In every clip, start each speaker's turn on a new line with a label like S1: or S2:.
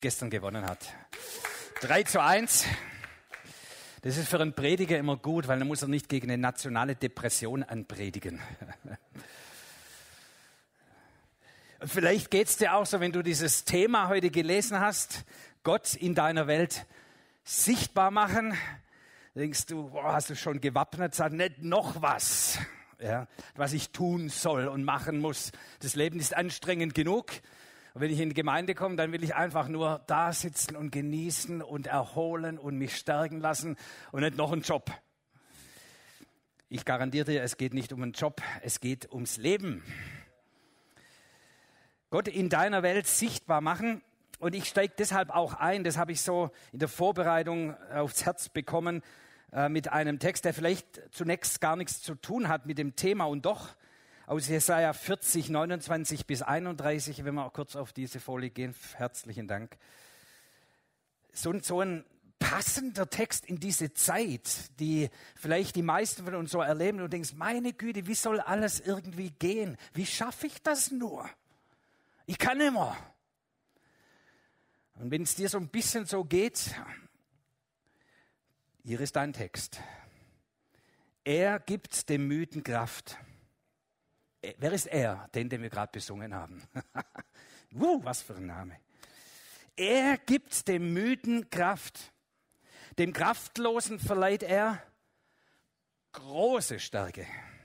S1: gestern gewonnen hat. 3:1. Das ist für einen Prediger immer gut, weil dann muss er nicht gegen eine nationale Depression anpredigen. Und vielleicht geht es dir auch so, wenn du dieses Thema heute gelesen hast, Gott in deiner Welt sichtbar machen, denkst du, boah, hast du schon gewappnet, sag nicht noch was, ja, was ich tun soll und machen muss. Das Leben ist anstrengend genug. Und wenn ich in die Gemeinde komme, dann will ich einfach nur da sitzen und genießen und erholen und mich stärken lassen und nicht noch einen Job. Ich garantiere dir, es geht nicht um einen Job, es geht ums Leben. Gott in deiner Welt sichtbar machen. Und ich steige deshalb auch ein, das habe ich so in der Vorbereitung aufs Herz bekommen, mit einem Text, der vielleicht zunächst gar nichts zu tun hat mit dem Thema und doch aus Jesaja 40, 29 bis 31, wenn wir auch kurz auf diese Folie gehen, herzlichen Dank. So ein passender Text in diese Zeit, die vielleicht die meisten von uns so erleben und denkst, meine Güte, wie soll alles irgendwie gehen? Wie schaffe ich das nur? Ich kann nicht mehr. Und wenn es dir so ein bisschen so geht, hier ist dein Text. Er gibt dem Müden Kraft. Wer ist er? Den wir gerade besungen haben. Was für ein Name. Er gibt dem Müden Kraft. Dem Kraftlosen verleiht er große Stärke.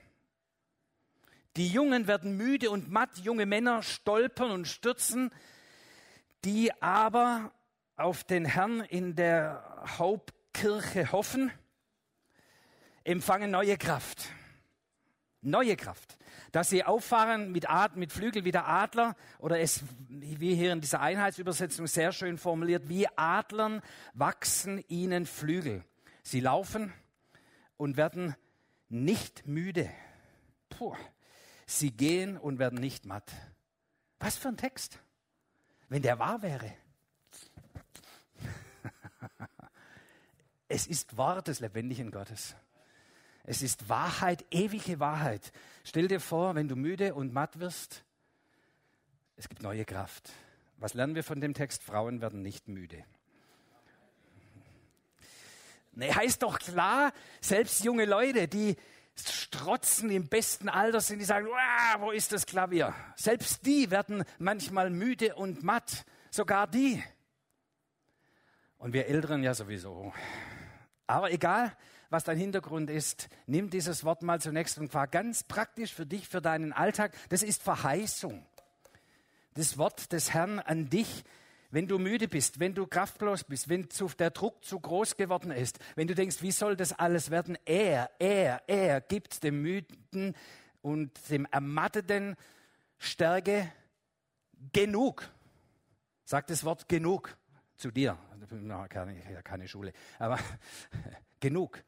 S1: Die Jungen werden müde und matt, junge Männer stolpern und stürzen, die aber auf den Herrn in der Hauptkirche hoffen, empfangen neue Kraft. Neue Kraft. Dass sie auffahren mit Flügel wie der Adler oder es, wie hier in dieser Einheitsübersetzung sehr schön formuliert, wie Adlern wachsen ihnen Flügel. Sie laufen und werden nicht müde. Sie gehen und werden nicht matt. Was für ein Text, wenn der wahr wäre. Es ist Wort des lebendigen Gottes. Es ist Wahrheit, ewige Wahrheit. Stell dir vor, wenn du müde und matt wirst, es gibt neue Kraft. Was lernen wir von dem Text? Frauen werden nicht müde. Nee, heißt doch klar, selbst junge Leute, die strotzen im besten Alter sind, die sagen, wo ist das Klavier? Selbst die werden manchmal müde und matt, sogar die. Und wir Älteren ja sowieso. Aber egal, was dein Hintergrund ist, nimm dieses Wort mal zunächst und zwar ganz praktisch für dich, für deinen Alltag. Das ist Verheißung. Das Wort des Herrn an dich, wenn du müde bist, wenn du kraftlos bist, wenn der Druck zu groß geworden ist, wenn du denkst, wie soll das alles werden? Er gibt dem Müden und dem Ermatteten Stärke genug. Sag das Wort genug zu dir. Keine Schule, aber genug.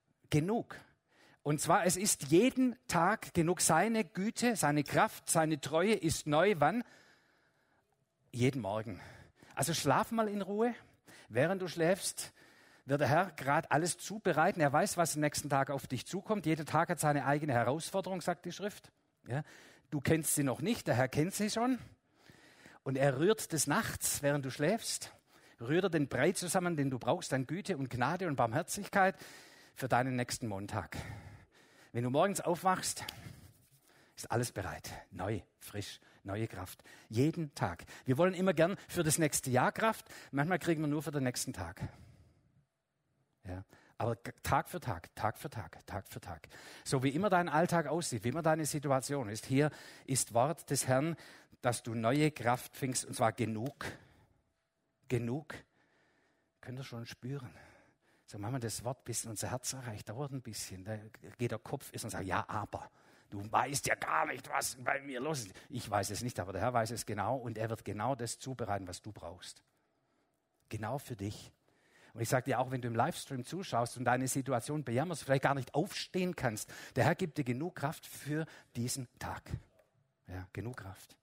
S1: Und zwar, es ist jeden Tag genug. Seine Güte, seine Kraft, seine Treue ist neu. Wann? Jeden Morgen. Also schlaf mal in Ruhe. Während du schläfst, wird der Herr gerade alles zubereiten. Er weiß, was am nächsten Tag auf dich zukommt. Jeder Tag hat seine eigene Herausforderung, sagt die Schrift. Ja? Du kennst sie noch nicht, der Herr kennt sie schon. Und er rührt des Nachts, während du schläfst, rührt er den Brei zusammen, den du brauchst an Güte und Gnade und Barmherzigkeit für deinen nächsten Montag. Wenn du morgens aufwachst, ist alles bereit. Neu, frisch, neue Kraft. Jeden Tag. Wir wollen immer gern für das nächste Jahr Kraft. Manchmal kriegen wir nur für den nächsten Tag. Ja, aber Tag für Tag, Tag für Tag, Tag für Tag. So wie immer dein Alltag aussieht, wie immer deine Situation ist. Hier ist Wort des Herrn, dass du neue Kraft findest, und zwar genug. Genug. Könnt ihr schon spüren. So machen wir das Wort, bis unser Herz erreicht. Dauert ein bisschen. Da geht der Kopf ist und sagt, ja, aber. Du weißt ja gar nicht, was bei mir los ist. Ich weiß es nicht, aber der Herr weiß es genau und er wird genau das zubereiten, was du brauchst. Genau für dich. Und ich sage dir auch, wenn du im Livestream zuschaust und deine Situation bejammerst, vielleicht gar nicht aufstehen kannst, der Herr gibt dir genug Kraft für diesen Tag. Ja, genug Kraft.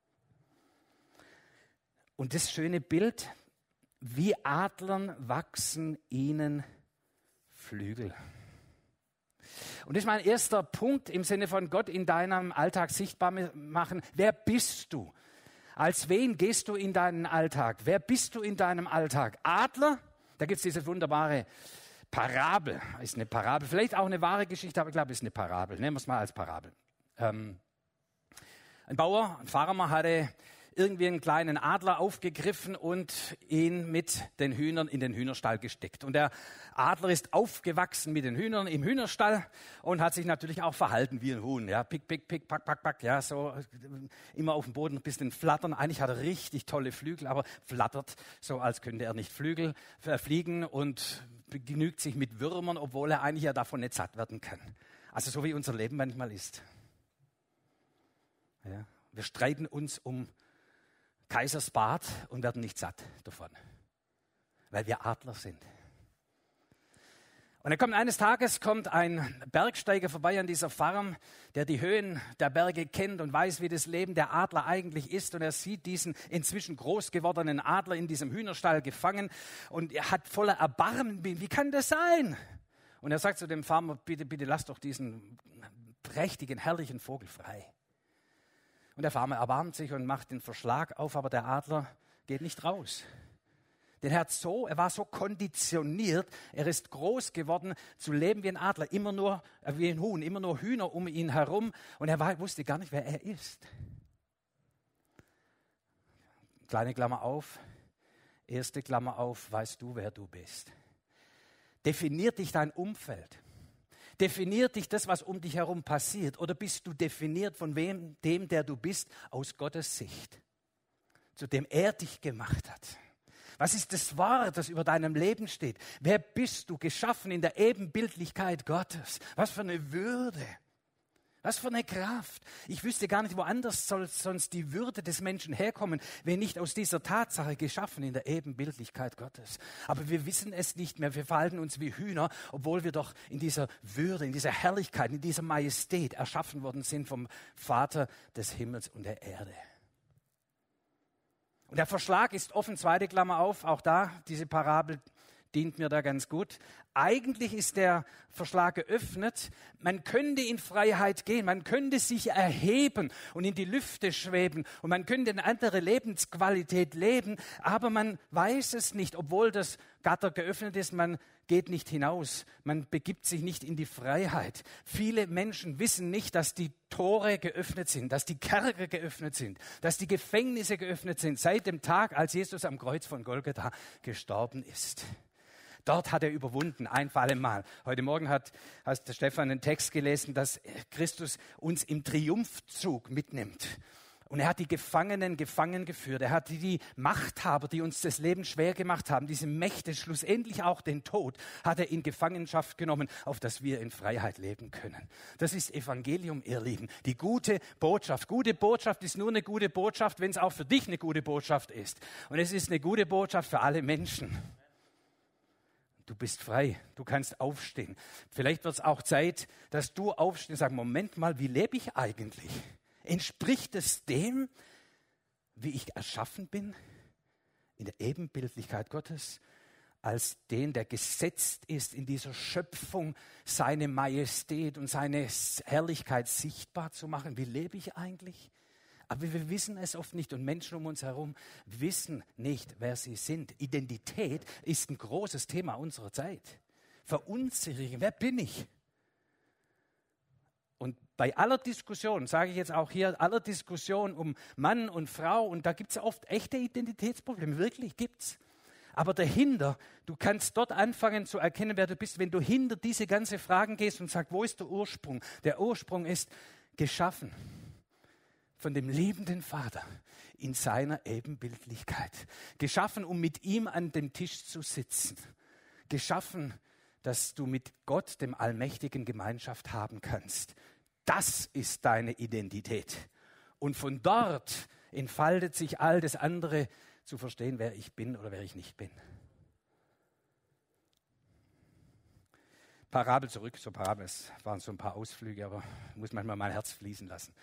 S1: Und das schöne Bild, wie Adlern wachsen ihnen Flügel. Und das ist mein erster Punkt im Sinne von Gott in deinem Alltag sichtbar machen. Wer bist du? Als wen gehst du in deinen Alltag? Wer bist du in deinem Alltag? Adler? Da gibt es diese wunderbare Parabel. Ist eine Parabel, vielleicht auch eine wahre Geschichte, aber ich glaube, es ist eine Parabel. Nehmen wir es mal als Parabel. Ein Bauer, ein Farmer hatte irgendwie einen kleinen Adler aufgegriffen und ihn mit den Hühnern in den Hühnerstall gesteckt. Und der Adler ist aufgewachsen mit den Hühnern im Hühnerstall und hat sich natürlich auch verhalten wie ein Huhn. Ja, pick, pick, pick, pack, pack, pack. Ja, so immer auf dem Boden ein bisschen flattern. Eigentlich hat er richtig tolle Flügel, aber flattert so, als könnte er nicht fliegen und begnügt sich mit Würmern, obwohl er eigentlich ja davon nicht satt werden kann. Also so wie unser Leben manchmal ist. Ja, wir streiten uns um Kaisersbad und werden nicht satt davon, weil wir Adler sind. Und eines Tages kommt ein Bergsteiger vorbei an dieser Farm, der die Höhen der Berge kennt und weiß, wie das Leben der Adler eigentlich ist. Und er sieht diesen inzwischen groß gewordenen Adler in diesem Hühnerstall gefangen und er hat voller Erbarmen, wie kann das sein? Und er sagt zu dem Farmer, bitte, bitte lass doch diesen prächtigen, herrlichen Vogel frei. Und der Farmer erbarmt sich und macht den Verschlag auf, aber der Adler geht nicht raus. Denn er war so konditioniert, er ist groß geworden zu leben wie ein Adler, immer nur wie ein Huhn, immer nur Hühner um ihn herum und er wusste gar nicht, wer er ist. Kleine Klammer auf, erste Klammer auf, weißt du, wer du bist? Definiert dich dein Umfeld? Definiert dich das, was um dich herum passiert? Oder bist du definiert von dem, der du bist, aus Gottes Sicht, zu dem er dich gemacht hat? Was ist das Wort, das über deinem Leben steht? Wer bist du, geschaffen in der Ebenbildlichkeit Gottes? Was für eine Würde, was für eine Kraft. Ich wüsste gar nicht, woanders soll sonst die Würde des Menschen herkommen, wenn nicht aus dieser Tatsache geschaffen in der Ebenbildlichkeit Gottes. Aber wir wissen es nicht mehr, wir verhalten uns wie Hühner, obwohl wir doch in dieser Würde, in dieser Herrlichkeit, in dieser Majestät erschaffen worden sind vom Vater des Himmels und der Erde. Und der Verschlag ist offen, zweite Klammer auf, auch da, diese Parabel dient mir da ganz gut. Eigentlich ist der Verschlag geöffnet. Man könnte in Freiheit gehen, man könnte sich erheben und in die Lüfte schweben und man könnte eine andere Lebensqualität leben, aber man weiß es nicht, obwohl das Gatter geöffnet ist, man geht nicht hinaus, man begibt sich nicht in die Freiheit. Viele Menschen wissen nicht, dass die Tore geöffnet sind, dass die Kerker geöffnet sind, dass die Gefängnisse geöffnet sind, seit dem Tag, als Jesus am Kreuz von Golgatha gestorben ist. Dort hat er überwunden, ein für alle Mal. Heute Morgen hat der Stefan einen Text gelesen, dass Christus uns im Triumphzug mitnimmt. Und er hat die Gefangenen gefangen geführt. Er hat die Machthaber, die uns das Leben schwer gemacht haben, diese Mächte, schlussendlich auch den Tod, hat er in Gefangenschaft genommen, auf dass wir in Freiheit leben können. Das ist Evangelium, ihr Lieben. Die gute Botschaft. Gute Botschaft ist nur eine gute Botschaft, wenn es auch für dich eine gute Botschaft ist. Und es ist eine gute Botschaft für alle Menschen. Du bist frei, du kannst aufstehen. Vielleicht wird es auch Zeit, dass du aufstehst und sagst, Moment mal, wie lebe ich eigentlich? Entspricht es dem, wie ich erschaffen bin, in der Ebenbildlichkeit Gottes, als den, der gesetzt ist, in dieser Schöpfung seine Majestät und seine Herrlichkeit sichtbar zu machen? Wie lebe ich eigentlich? Aber wir wissen es oft nicht und Menschen um uns herum wissen nicht, wer sie sind. Identität ist ein großes Thema unserer Zeit. Verunsicherung, wer bin ich? Und bei aller Diskussion, sage ich jetzt auch hier, aller Diskussion um Mann und Frau, und da gibt es oft echte Identitätsprobleme, wirklich gibt's. Aber dahinter, du kannst dort anfangen zu erkennen, wer du bist, wenn du hinter diese ganzen Fragen gehst und sagst, wo ist der Ursprung? Der Ursprung ist geschaffen von dem liebenden Vater in seiner Ebenbildlichkeit. Geschaffen, um mit ihm an dem Tisch zu sitzen. Geschaffen, dass du mit Gott, dem Allmächtigen, Gemeinschaft haben kannst. Das ist deine Identität. Und von dort entfaltet sich all das andere, zu verstehen, wer ich bin oder wer ich nicht bin. Parabel zurück zur Parabel. Es waren so ein paar Ausflüge, aber ich muss manchmal mein Herz fließen lassen.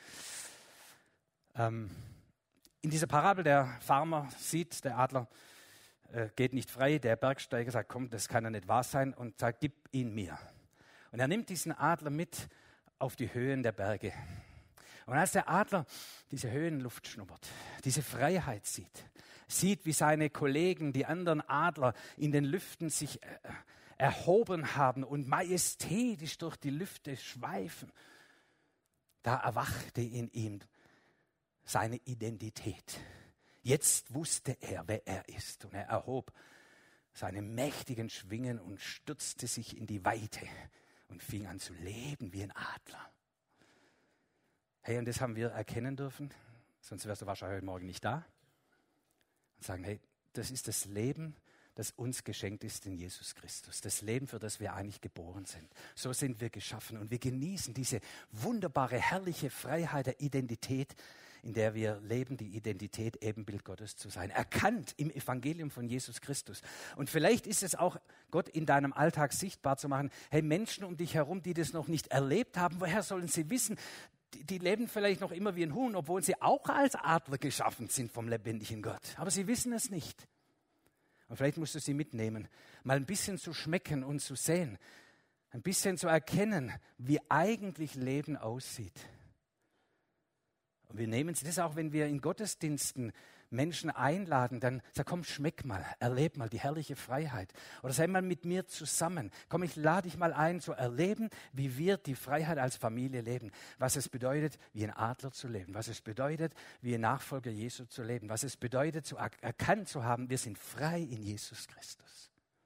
S1: In dieser Parabel, der Farmer sieht, der Adler geht nicht frei, der Bergsteiger sagt, komm, das kann ja nicht wahr sein und sagt, gib ihn mir. Und er nimmt diesen Adler mit auf die Höhen der Berge. Und als der Adler diese Höhenluft schnuppert, diese Freiheit sieht, wie seine Kollegen, die anderen Adler in den Lüften sich erhoben haben und majestätisch durch die Lüfte schweifen, da erwachte in ihm seine Identität. Jetzt wusste er, wer er ist, und er erhob seine mächtigen Schwingen und stürzte sich in die Weite und fing an zu leben wie ein Adler. Hey, und das haben wir erkennen dürfen, sonst wärst du wahrscheinlich heute Morgen nicht da. Und sagen, hey, das ist das Leben, das uns geschenkt ist in Jesus Christus. Das Leben, für das wir eigentlich geboren sind. So sind wir geschaffen und wir genießen diese wunderbare, herrliche Freiheit der Identität, in der wir leben, die Identität, Ebenbild Gottes zu sein. Erkannt im Evangelium von Jesus Christus. Und vielleicht ist es auch, Gott in deinem Alltag sichtbar zu machen. Hey, Menschen um dich herum, die das noch nicht erlebt haben, woher sollen sie wissen? Die leben vielleicht noch immer wie ein Huhn, obwohl sie auch als Adler geschaffen sind vom lebendigen Gott. Aber sie wissen es nicht. Und vielleicht musst du sie mitnehmen, mal ein bisschen zu schmecken und zu sehen, ein bisschen zu erkennen, wie eigentlich Leben aussieht. Und wir nehmen sie, das auch, wenn wir in Gottesdiensten Menschen einladen, dann sag, komm, schmeck mal, erleb mal die herrliche Freiheit. Oder sei mal mit mir zusammen. Komm, ich lade dich mal ein, zu erleben, wie wir die Freiheit als Familie leben. Was es bedeutet, wie ein Adler zu leben. Was es bedeutet, wie ein Nachfolger Jesu zu leben. Was es bedeutet, erkannt zu haben, wir sind frei in Jesus Christus.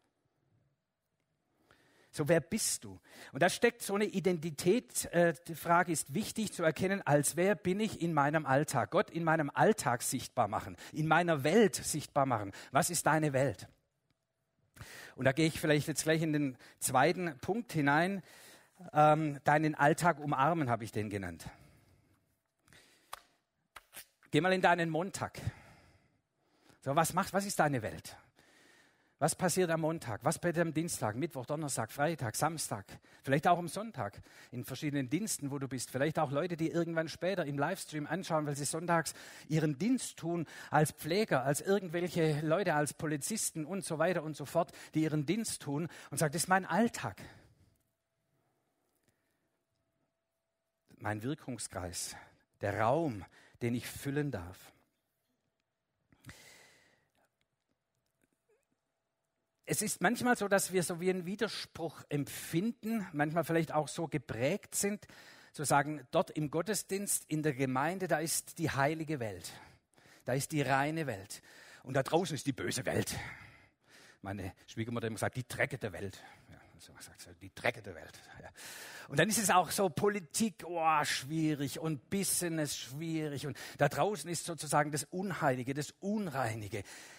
S1: So, wer bist du? Und da steckt so eine Identität, die Frage ist wichtig zu erkennen, als wer bin ich in meinem Alltag? Gott in meinem Alltag sichtbar machen, in meiner Welt sichtbar machen. Was ist deine Welt? Und da gehe ich vielleicht jetzt gleich in den zweiten Punkt hinein. Deinen Alltag umarmen, habe ich den genannt. Geh mal in deinen Montag. So, was ist deine Welt? Was passiert am Montag? Was passiert am Dienstag, Mittwoch, Donnerstag, Freitag, Samstag? Vielleicht auch am Sonntag in verschiedenen Diensten, wo du bist. Vielleicht auch Leute, die irgendwann später im Livestream anschauen, weil sie sonntags ihren Dienst tun als Pfleger, als irgendwelche Leute, als Polizisten und so weiter und so fort, die ihren Dienst tun und sagen, das ist mein Alltag. Mein Wirkungskreis, der Raum, den ich füllen darf. Es ist manchmal so, dass wir so wie einen Widerspruch empfinden, manchmal vielleicht auch so geprägt sind, zu sagen, dort im Gottesdienst, in der Gemeinde, da ist die heilige Welt, da ist die reine Welt und da draußen ist die böse Welt. Meine Schwiegermutter hat immer gesagt, die dreckige Welt. Ja, so sagt sie, die dreckige Welt. Ja. Und dann ist es auch so Politik, schwierig und Business schwierig und da draußen ist sozusagen das Unheilige, das Unreine,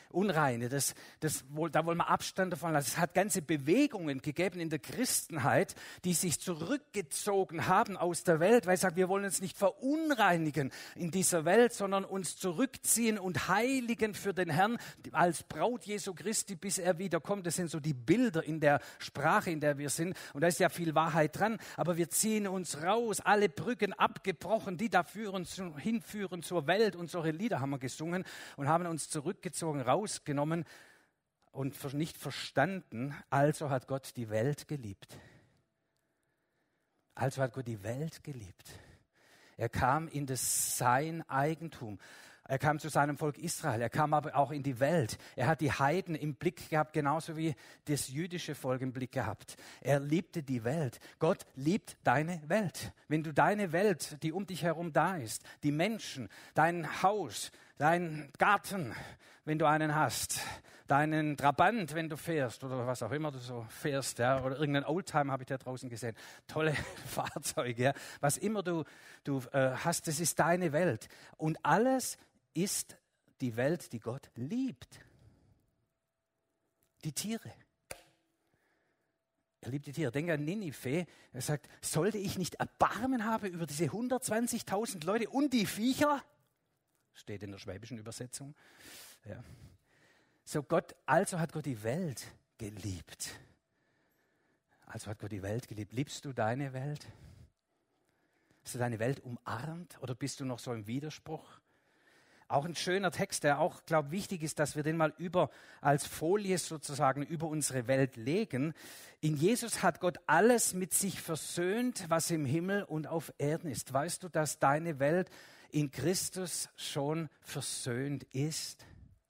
S1: da wollen wir Abstand davon lassen. Es hat ganze Bewegungen gegeben in der Christenheit, die sich zurückgezogen haben aus der Welt, weil sie sagen, wir wollen uns nicht verunreinigen in dieser Welt, sondern uns zurückziehen und heiligen für den Herrn als Braut Jesu Christi, bis er wiederkommt. Das sind so die Bilder in der Sprache, in der wir sind. Und da ist ja viel Wahrheit dran. Aber wir ziehen uns raus, alle Brücken abgebrochen, die da hinführen zur Welt. Und solche Lieder haben wir gesungen und haben uns zurückgezogen, rausgenommen und nicht verstanden. Also hat Gott die Welt geliebt. Also hat Gott die Welt geliebt. Er kam in sein Eigentum. Er kam zu seinem Volk Israel. Er kam aber auch in die Welt. Er hat die Heiden im Blick gehabt, genauso wie das jüdische Volk im Blick gehabt. Er liebte die Welt. Gott liebt deine Welt. Wenn du deine Welt, die um dich herum da ist, die Menschen, dein Haus, dein Garten, wenn du einen hast, deinen Trabant, wenn du fährst oder was auch immer du so fährst, ja, oder irgendeinen Oldtimer habe ich da draußen gesehen, tolle Fahrzeuge, ja, was immer du hast, das ist deine Welt. Und alles ist die Welt, die Gott liebt. Die Tiere. Er liebt die Tiere. Denk an Ninive. Er sagt, sollte ich nicht Erbarmen haben über diese 120.000 Leute und die Viecher? Steht in der schwäbischen Übersetzung. Ja. Also hat Gott die Welt geliebt. Also hat Gott die Welt geliebt. Liebst du deine Welt? Hast du deine Welt umarmt oder bist du noch so im Widerspruch? Auch ein schöner Text, der auch, glaube ich, wichtig ist, dass wir den mal als Folie sozusagen über unsere Welt legen. In Jesus hat Gott alles mit sich versöhnt, was im Himmel und auf Erden ist. Weißt du, dass deine Welt in Christus schon versöhnt ist?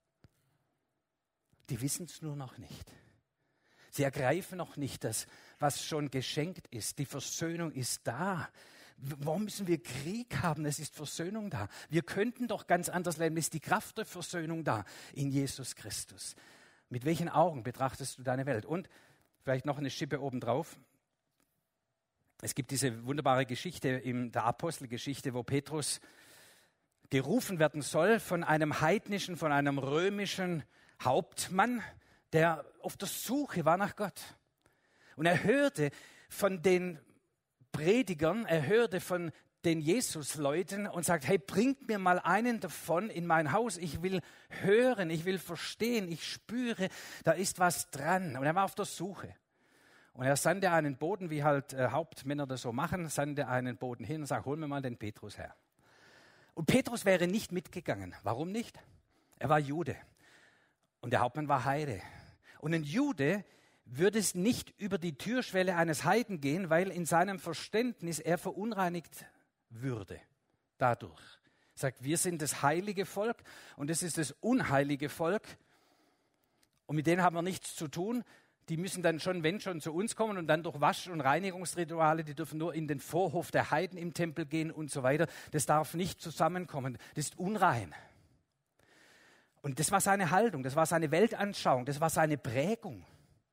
S1: Die wissen es nur noch nicht. Sie ergreifen noch nicht das, was schon geschenkt ist. Die Versöhnung ist da. Warum müssen wir Krieg haben? Es ist Versöhnung da. Wir könnten doch ganz anders leben. Es ist die Kraft der Versöhnung da in Jesus Christus. Mit welchen Augen betrachtest du deine Welt? Und vielleicht noch eine Schippe obendrauf. Es gibt diese wunderbare Geschichte in der Apostelgeschichte, wo Petrus gerufen werden soll von einem heidnischen, von einem römischen Hauptmann, der auf der Suche war nach Gott. Und er hörte von den Predigern, er hörte von den Jesus-Leuten und sagt, hey, bringt mir mal einen davon in mein Haus. Ich will hören, ich will verstehen, ich spüre, da ist was dran. Und er war auf der Suche. Und er sandte einen Boten, wie halt Hauptmänner das so machen, sandte einen Boten hin und sagt, hol mir mal den Petrus her. Und Petrus wäre nicht mitgegangen. Warum nicht? Er war Jude. Und der Hauptmann war Heide. Und ein Jude würde es nicht über die Türschwelle eines Heiden gehen, weil in seinem Verständnis er verunreinigt würde dadurch. Er sagt, wir sind das heilige Volk und das ist das unheilige Volk und mit denen haben wir nichts zu tun. Die müssen dann schon, wenn schon, zu uns kommen und dann durch Wasch- und Reinigungsrituale, die dürfen nur in den Vorhof der Heiden im Tempel gehen und so weiter. Das darf nicht zusammenkommen, das ist unrein. Und das war seine Haltung, das war seine Weltanschauung, das war seine Prägung.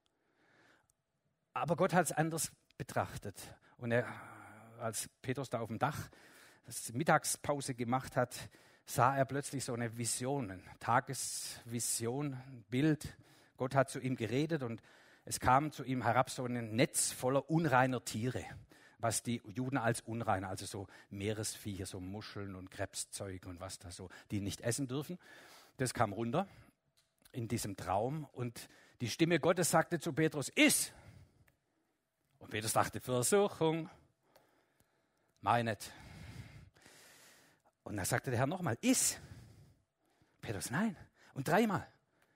S1: Aber Gott hat es anders betrachtet. Und als Petrus da auf dem Dach Mittagspause gemacht hat, sah er plötzlich so eine Vision, eine Tagesvision, ein Bild. Gott hat zu ihm geredet und es kam zu ihm herab so ein Netz voller unreiner Tiere, was die Juden als unrein, also so Meeresviecher, so Muscheln und Krebszeug und was da so, die nicht essen dürfen. Das kam runter in diesem Traum und die Stimme Gottes sagte zu Petrus, iss! Und Petrus dachte, Versuchung, meinet. Und dann sagte der Herr nochmal, iss. Petrus, nein. Und 3-mal.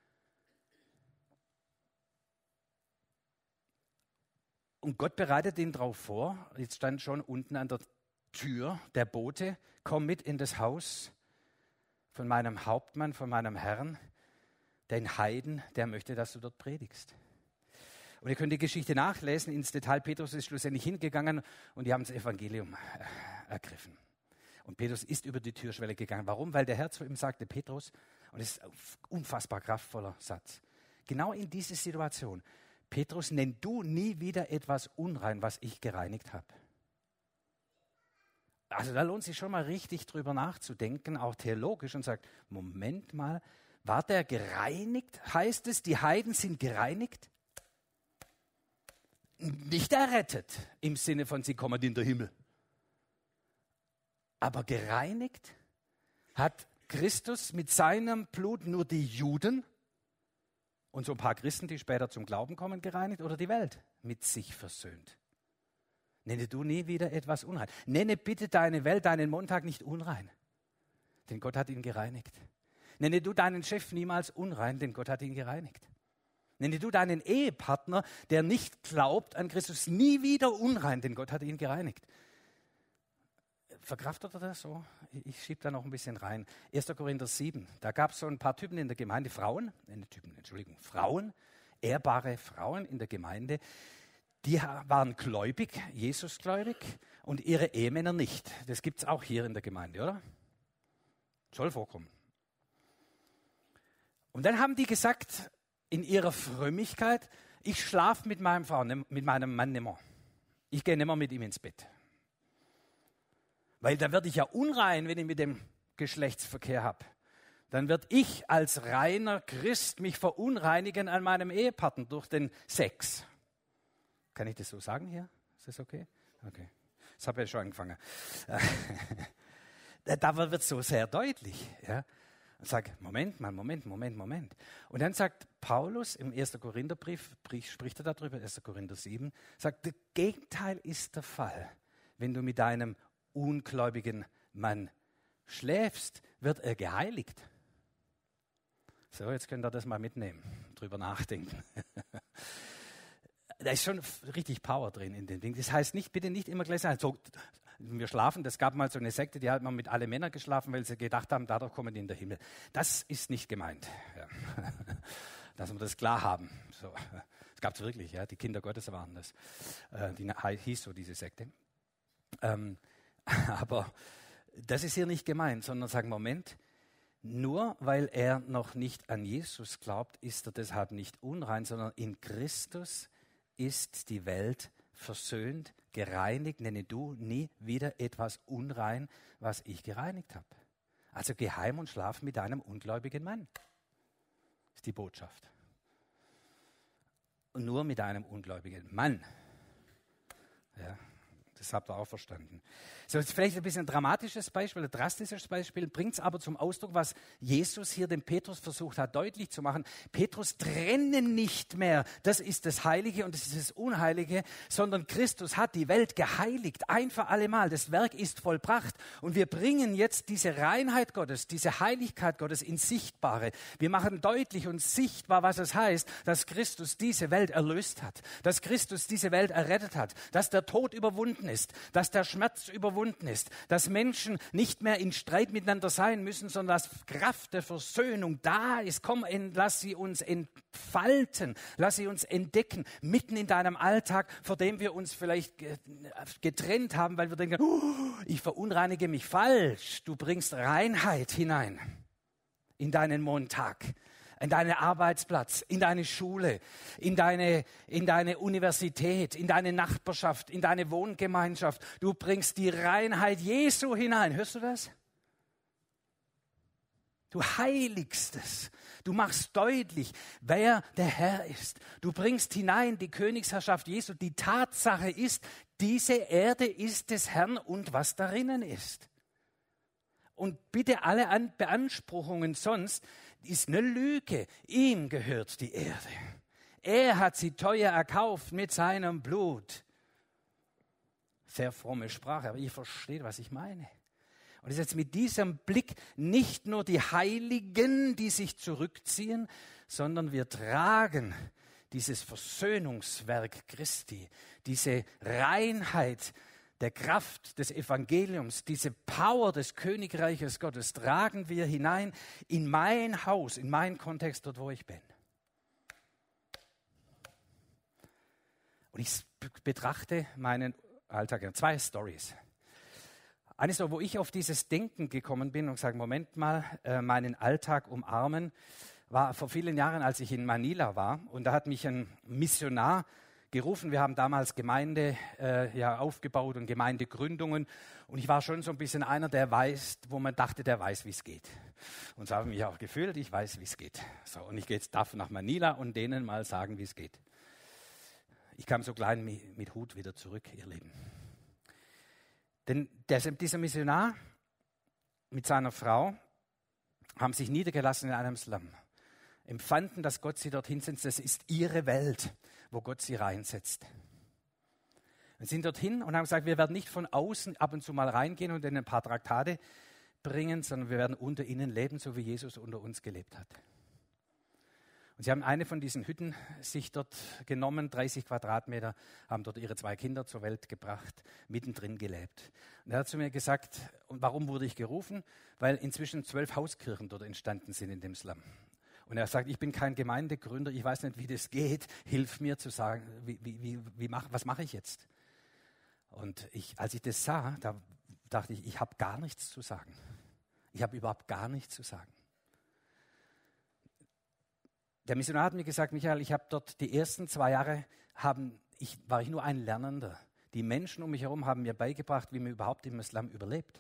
S1: Und Gott bereitet ihn darauf vor, jetzt stand schon unten an der Tür der Bote, komm mit in das Haus von meinem Hauptmann, von meinem Herrn, den Heiden, der möchte, dass du dort predigst. Und ihr könnt die Geschichte nachlesen, ins Detail. Petrus ist schlussendlich hingegangen und die haben das Evangelium ergriffen. Und Petrus ist über die Türschwelle gegangen. Warum? Weil der Herr zu ihm sagte, Petrus, und das ist ein unfassbar kraftvoller Satz, genau in diese Situation, Petrus, nenn du nie wieder etwas unrein, was ich gereinigt habe. Also da lohnt sich schon mal richtig drüber nachzudenken, auch theologisch, und sagt, Moment mal, war der gereinigt? Heißt es, die Heiden sind gereinigt? Nicht errettet im Sinne von, sie kommen in den Himmel. Aber gereinigt hat Christus mit seinem Blut nur die Juden und so ein paar Christen, die später zum Glauben kommen, gereinigt oder die Welt mit sich versöhnt. Nenne du nie wieder etwas unrein. Nenne bitte deine Welt, deinen Montag nicht unrein, denn Gott hat ihn gereinigt. Nenne du deinen Chef niemals unrein, denn Gott hat ihn gereinigt. Nenne du deinen Ehepartner, der nicht glaubt an Christus, nie wieder unrein, denn Gott hat ihn gereinigt. Verkraftet er das so? Ich schiebe da noch ein bisschen rein. 1. Korinther 7, da gab es so ein paar Typen in der Gemeinde, Frauen, ehrbare Frauen in der Gemeinde, die waren gläubig, Jesusgläubig und ihre Ehemänner nicht. Das gibt es auch hier in der Gemeinde, oder? Soll vorkommen. Und dann haben die gesagt, in ihrer Frömmigkeit, ich schlafe mit meinem Mann nicht mehr. Ich gehe nicht mehr mit ihm ins Bett. Weil dann werde ich ja unrein, wenn ich mit dem Geschlechtsverkehr habe. Dann werde ich als reiner Christ mich verunreinigen an meinem Ehepartner durch den Sex. Kann ich das so sagen hier? Ist das okay? Okay. Das habe ich ja schon angefangen. Da wird es so sehr deutlich. Ja? Und sage, Moment. Und dann sagt Paulus im 1. Korintherbrief, spricht er darüber, 1. Korinther 7, sagt, das Gegenteil ist der Fall, wenn du mit deinem ungläubigen Mann schläfst, wird er geheiligt. So, jetzt könnt ihr das mal mitnehmen, drüber nachdenken. Da ist schon richtig Power drin in dem Ding. Das heißt bitte nicht immer gleich sagen, so, wir schlafen, das gab mal so eine Sekte, die hat mal mit allen Männern geschlafen, weil sie gedacht haben, dadurch kommen die in den Himmel. Das ist nicht gemeint. Ja. Dass wir das klar haben. So. Das gab es wirklich, ja. Die Kinder Gottes waren das. Die hieß so diese Sekte. Aber das ist hier nicht gemeint, sondern sagen, Moment, nur weil er noch nicht an Jesus glaubt, ist er deshalb nicht unrein, sondern in Christus ist die Welt versöhnt, gereinigt. Nenne du nie wieder etwas unrein, was ich gereinigt habe. Also geh heim und schlaf mit deinem ungläubigen Mann. Ist die Botschaft. Und nur mit einem ungläubigen Mann. Ja, das habt ihr auch verstanden. So, jetzt vielleicht ein bisschen ein dramatisches Beispiel, ein drastisches Beispiel, bringt es aber zum Ausdruck, was Jesus hier dem Petrus versucht hat, deutlich zu machen. Petrus, trenne nicht mehr, das ist das Heilige und das ist das Unheilige, sondern Christus hat die Welt geheiligt, ein für alle Mal. Das Werk ist vollbracht und wir bringen jetzt diese Reinheit Gottes, diese Heiligkeit Gottes ins Sichtbare. Wir machen deutlich und sichtbar, was es heißt, dass Christus diese Welt erlöst hat, dass Christus diese Welt errettet hat, dass der Tod überwunden ist, dass der Schmerz überwunden ist, dass Menschen nicht mehr in Streit miteinander sein müssen, sondern dass Kraft der Versöhnung da ist. Komm, lass sie uns entfalten, lass sie uns entdecken, mitten in deinem Alltag, vor dem wir uns vielleicht getrennt haben, weil wir denken, ich verunreinige mich falsch. Du bringst Reinheit hinein in deinen Montag, in deinen Arbeitsplatz, in deine Schule, in deine Universität, in deine Nachbarschaft, in deine Wohngemeinschaft. Du bringst die Reinheit Jesu hinein. Hörst du das? Du heiligst es. Du machst deutlich, wer der Herr ist. Du bringst hinein die Königsherrschaft Jesu. Die Tatsache ist, diese Erde ist des Herrn und was darinnen ist. Und bitte alle Beanspruchungen sonst ist eine Lüge. Ihm gehört die Erde. Er hat sie teuer erkauft mit seinem Blut. Sehr fromme Sprache, aber ihr versteht, was ich meine. Und es ist jetzt mit diesem Blick nicht nur die Heiligen, die sich zurückziehen, sondern wir tragen dieses Versöhnungswerk Christi, diese Reinheit der Kraft des Evangeliums, diese Power des Königreiches Gottes tragen wir hinein in mein Haus, in meinen Kontext, dort wo ich bin. Und ich betrachte meinen Alltag. 2 Storys. Eine so, wo ich auf dieses Denken gekommen bin und sage, Moment mal, meinen Alltag umarmen, war vor vielen Jahren, als ich in Manila war. Und da hat mich ein Missionar gerufen. Wir haben damals Gemeinde aufgebaut und Gemeindegründungen. Und ich war schon so ein bisschen einer, der weiß, wo man dachte, der weiß, wie es geht. Und so habe ich mich auch gefühlt, ich weiß, wie es geht. So, und ich gehe jetzt nach Manila und denen mal sagen, wie es geht. Ich kam so klein mit Hut wieder zurück, ihr Lieben. Denn dieser Missionar mit seiner Frau haben sich niedergelassen in einem Slum. Empfanden, dass Gott sie dorthin setzt. Das ist ihre Welt, wo Gott sie reinsetzt. Wir sind dorthin und haben gesagt, wir werden nicht von außen ab und zu mal reingehen und ihnen ein paar Traktate bringen, sondern wir werden unter ihnen leben, so wie Jesus unter uns gelebt hat. Und sie haben eine von diesen Hütten sich dort genommen, 30 Quadratmeter, haben dort ihre 2 Kinder zur Welt gebracht, mittendrin gelebt. Und er hat zu mir gesagt, und warum wurde ich gerufen? Weil inzwischen 12 Hauskirchen dort entstanden sind in dem Slum. Und er sagt, ich bin kein Gemeindegründer, ich weiß nicht, wie das geht, hilf mir zu sagen, was mache ich jetzt? Und als ich das sah, da dachte ich habe gar nichts zu sagen. Ich habe überhaupt gar nichts zu sagen. Der Missionar hat mir gesagt, Michael, ich habe dort die ersten 2 Jahre, war ich nur ein Lernender. Die Menschen um mich herum haben mir beigebracht, wie man überhaupt im Islam überlebt.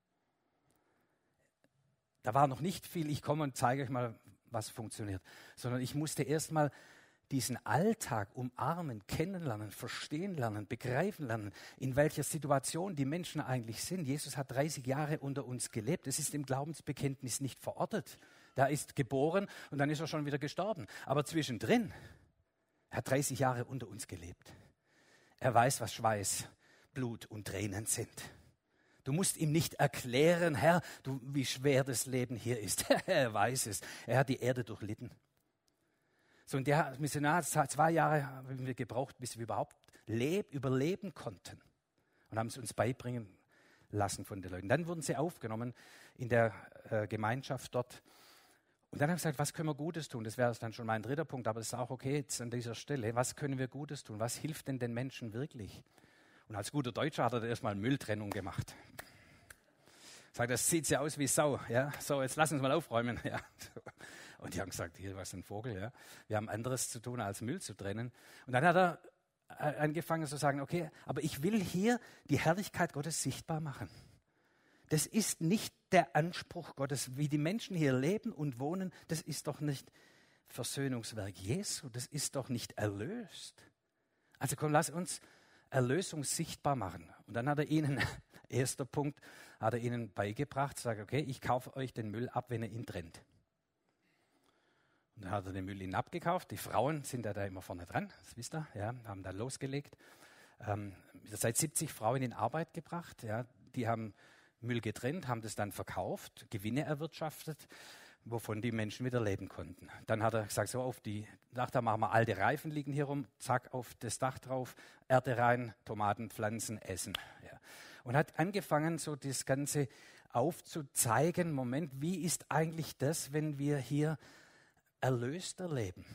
S1: Da war noch nicht viel, ich komme und zeige euch mal, was funktioniert, sondern ich musste erst mal diesen Alltag umarmen, kennenlernen, verstehen lernen, begreifen lernen, in welcher Situation die Menschen eigentlich sind. Jesus hat 30 Jahre unter uns gelebt. Es ist im Glaubensbekenntnis nicht verortet. Er ist geboren und dann ist er schon wieder gestorben. Aber zwischendrin, er hat 30 Jahre unter uns gelebt. Er weiß, was Schweiß, Blut und Tränen sind. Du musst ihm nicht erklären, Herr, wie schwer das Leben hier ist. Er weiß es. Er hat die Erde durchlitten. So, und der Missionar hat 2 Jahre haben wir gebraucht, bis wir überhaupt überleben konnten. Und haben es uns beibringen lassen von den Leuten. Dann wurden sie aufgenommen in der Gemeinschaft dort. Und dann haben sie gesagt, was können wir Gutes tun? Das wäre dann schon mein 3. Punkt, aber das ist auch okay jetzt an dieser Stelle. Was können wir Gutes tun? Was hilft denn den Menschen wirklich? Und als guter Deutscher hat er erstmal Mülltrennung gemacht. Sagt, das sieht ja aus wie Sau. Ja? So, jetzt lass uns mal aufräumen. Ja? Und die haben gesagt, hier, was ist ein Vogel? Ja? Wir haben anderes zu tun, als Müll zu trennen. Und dann hat er angefangen zu sagen, okay, aber ich will hier die Herrlichkeit Gottes sichtbar machen. Das ist nicht der Anspruch Gottes, wie die Menschen hier leben und wohnen. Das ist doch nicht Versöhnungswerk Jesu. Das ist doch nicht erlöst. Also komm, lass uns Erlösung sichtbar machen. Und dann hat er ihnen, 1. Punkt, hat er ihnen beigebracht, sagt, okay, ich kaufe euch den Müll ab, wenn ihr ihn trennt. Und dann hat er den Müll ihnen abgekauft. Die Frauen sind da immer vorne dran, das wisst ihr, ja, haben da losgelegt. Seit 70 Frauen in Arbeit gebracht, ja, die haben Müll getrennt, haben das dann verkauft, Gewinne erwirtschaftet, wovon die Menschen wieder leben konnten. Dann hat er gesagt, so auf die Dach, da machen wir alte Reifen liegen hier rum, zack, auf das Dach drauf, Erde rein, Tomaten pflanzen, essen. Ja. Und hat angefangen, so das Ganze aufzuzeigen, Moment, wie ist eigentlich das, wenn wir hier erlöster leben?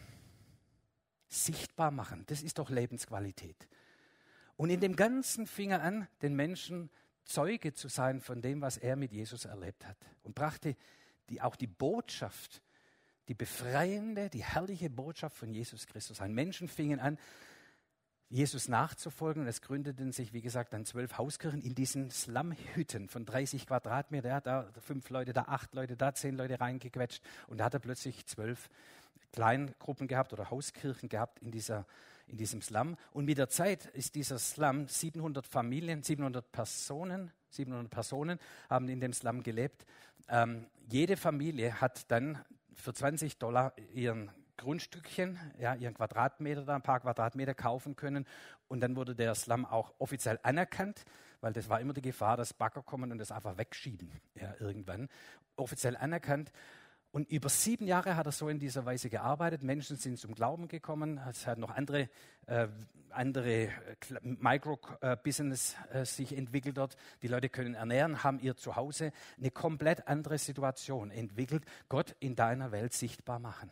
S1: Sichtbar machen, das ist doch Lebensqualität. Und in dem Ganzen fing er an, den Menschen Zeuge zu sein von dem, was er mit Jesus erlebt hat. Und brachte auch die Botschaft, die befreiende, die herrliche Botschaft von Jesus Christus ein. Menschen fingen an, Jesus nachzufolgen. Und es gründeten sich, wie gesagt, dann 12 Hauskirchen in diesen Slumhütten von 30 Quadratmeter. Ja, da 5 Leute, da 8 Leute, da 10 Leute reingequetscht. Und da hat er plötzlich 12 Kleingruppen gehabt oder Hauskirchen gehabt in diesem Slum. Und mit der Zeit ist dieser Slum 700 Familien, 700 Personen haben in dem Slum gelebt. Jede Familie hat dann für $20 ihren Grundstückchen, ja, ihren Quadratmeter, da ein paar Quadratmeter kaufen können. Und dann wurde der Slum auch offiziell anerkannt, weil das war immer die Gefahr, dass Bagger kommen und das einfach wegschieben, ja, irgendwann. Offiziell anerkannt. Und über 7 Jahre hat er so in dieser Weise gearbeitet. Menschen sind zum Glauben gekommen. Es hat noch andere Micro-Business sich entwickelt dort. Die Leute können ernähren, haben ihr Zuhause eine komplett andere Situation entwickelt. Gott in deiner Welt sichtbar machen.